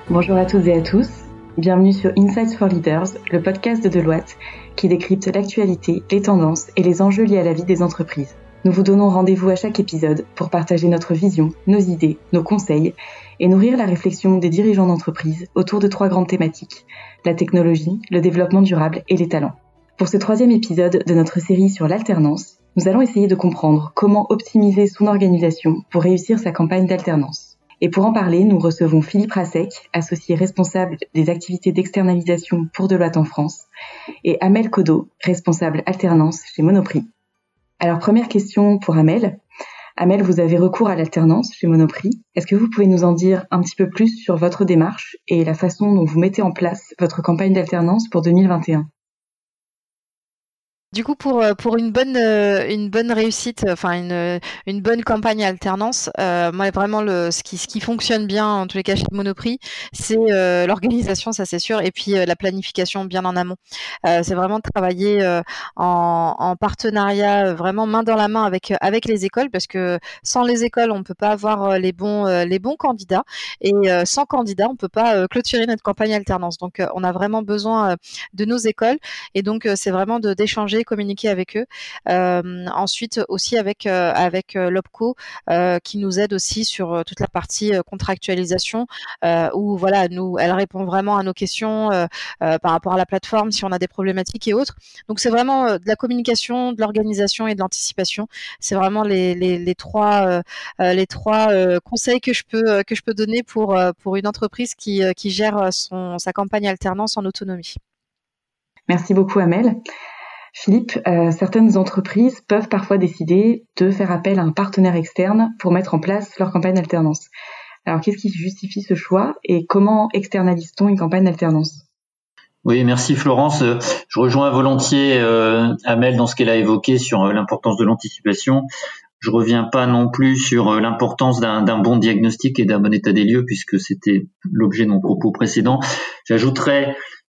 Bonjour à toutes et à tous, bienvenue sur Insights for Leaders, le podcast de Deloitte qui décrypte l'actualité, les tendances et les enjeux liés à la vie des entreprises. Nous vous donnons rendez-vous à chaque épisode pour partager notre vision, nos idées, nos conseils et nourrir la réflexion des dirigeants d'entreprise autour de 3 grandes thématiques, la technologie, le développement durable et les talents. Pour ce 3e épisode de notre série sur l'alternance, nous allons essayer de comprendre comment optimiser son organisation pour réussir sa campagne d'alternance. Et pour en parler, nous recevons Philippe Rasek, associé responsable des activités d'externalisation pour Deloitte en France, et Amel Kodo, responsable alternance chez Monoprix. Alors, première question pour Amel. Amel, vous avez recours à l'alternance chez Monoprix. Est-ce que vous pouvez nous en dire un petit peu plus sur votre démarche et la façon dont vous mettez en place votre campagne d'alternance pour 2021 ? Du coup, pour une bonne réussite, une bonne campagne alternance, moi vraiment ce qui fonctionne bien en tous les cas chez Monoprix, c'est l'organisation, ça c'est sûr, et puis la planification bien en amont. C'est vraiment de travailler en partenariat, vraiment main dans la main avec les écoles, parce que sans les écoles, on peut pas avoir les bons candidats, et sans candidats, on peut pas clôturer notre campagne alternance. Donc on a vraiment besoin de nos écoles, et donc c'est vraiment d'échanger, communiquer avec eux. Ensuite aussi avec l'OPCO qui nous aide aussi sur toute la partie contractualisation, où voilà, elle répond vraiment à nos questions par rapport à la plateforme si on a des problématiques et autres. Donc c'est vraiment de la communication, de l'organisation et de l'anticipation. C'est vraiment les trois conseils que je peux donner pour une entreprise qui gère sa campagne alternance en autonomie. Merci beaucoup Amel. Philippe, certaines entreprises peuvent parfois décider de faire appel à un partenaire externe pour mettre en place leur campagne d'alternance. Alors, qu'est-ce qui justifie ce choix et comment externalise-t-on une campagne d'alternance ? Oui, merci Florence. Je rejoins volontiers Amel dans ce qu'elle a évoqué sur l'importance de l'anticipation. Je reviens pas non plus sur l'importance d'un bon diagnostic et d'un bon état des lieux, puisque c'était l'objet de mon propos précédent. J'ajouterais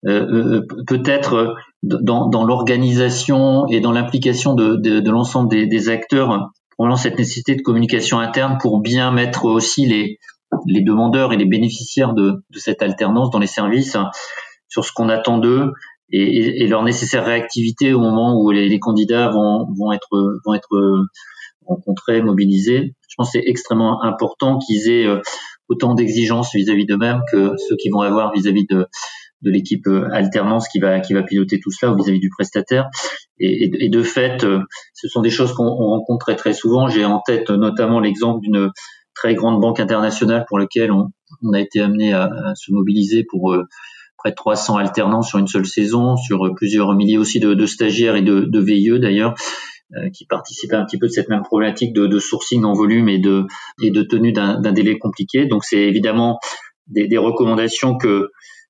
peut-être dans l'organisation et dans l'implication de l'ensemble des acteurs, probablement cette nécessité de communication interne pour bien mettre aussi les demandeurs et les bénéficiaires de cette alternance dans les services sur ce qu'on attend d'eux et leur nécessaire réactivité au moment où les candidats vont être rencontrés, mobilisés. Je pense que c'est extrêmement important qu'ils aient autant d'exigences vis-à-vis d'eux-mêmes que ceux qui vont avoir vis-à-vis de l'équipe alternance qui va piloter tout cela ou vis-à-vis du prestataire. Et de fait, ce sont des choses qu'on rencontre très très souvent. J'ai en tête notamment l'exemple d'une très grande banque internationale pour laquelle on a été amené à se mobiliser pour près de 300 alternants sur une seule saison, sur plusieurs milliers aussi de stagiaires et de VIE d'ailleurs, qui participaient un petit peu de cette même problématique de sourcing en volume et de tenue d'un délai compliqué. Donc c'est évidemment des recommandations que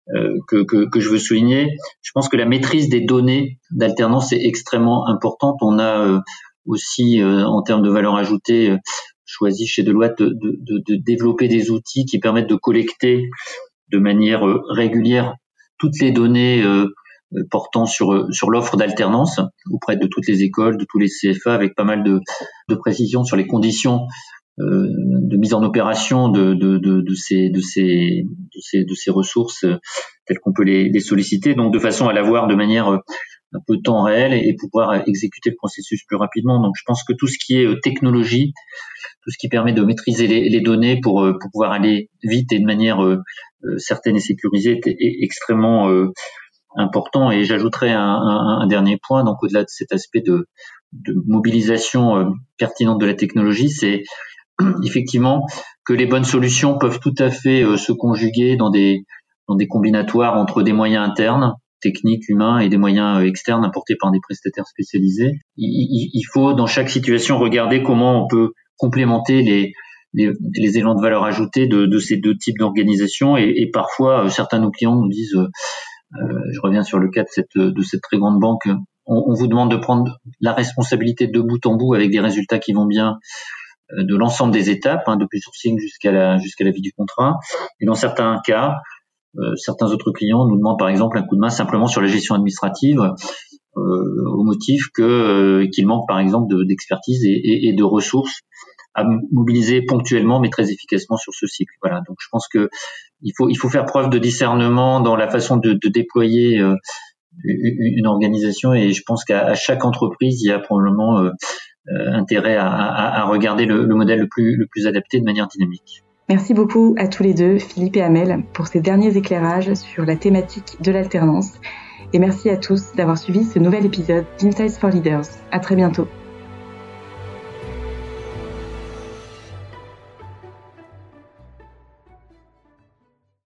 je veux souligner. Je pense que la maîtrise des données d'alternance est extrêmement importante. On a aussi, en termes de valeur ajoutée, choisi chez Deloitte de développer des outils qui permettent de collecter de manière régulière toutes les données portant sur l'offre d'alternance auprès de toutes les écoles, de tous les CFA, avec pas mal de précisions sur les conditions de mise en opération de ces ressources telles qu'on peut les solliciter, donc de façon à l'avoir de manière un peu temps réel et pouvoir exécuter le processus plus rapidement. Donc je pense que tout ce qui est technologie, tout ce qui permet de maîtriser les données pour pouvoir aller vite et de manière certaine et sécurisée est extrêmement important. Et j'ajouterais un dernier point, donc au-delà de cet aspect de mobilisation pertinente de la technologie, c'est effectivement que les bonnes solutions peuvent tout à fait se conjuguer dans des combinatoires entre des moyens internes, techniques, humains, et des moyens externes apportés par des prestataires spécialisés. Il faut dans chaque situation regarder comment on peut complémenter les éléments de valeur ajoutée de ces deux types d'organisation, et parfois certains de nos clients nous disent je reviens sur le cas de cette très grande banque, on vous demande de prendre la responsabilité de bout en bout avec des résultats qui vont bien de l'ensemble des étapes, depuis sourcing jusqu'à la vie du contrat. Et dans certains cas, certains autres clients nous demandent par exemple un coup de main simplement sur la gestion administrative, au motif qu'il manque par exemple d'expertise et de ressources à mobiliser ponctuellement mais très efficacement sur ce cycle. Voilà. Donc je pense que il faut faire preuve de discernement dans la façon de déployer une organisation, et je pense qu'à chaque entreprise, il y a probablement intérêt à regarder le modèle le plus adapté de manière dynamique. Merci beaucoup à tous les deux, Philippe et Amel, pour ces derniers éclairages sur la thématique de l'alternance. Et merci à tous d'avoir suivi ce nouvel épisode d'Insights for Leaders. À très bientôt.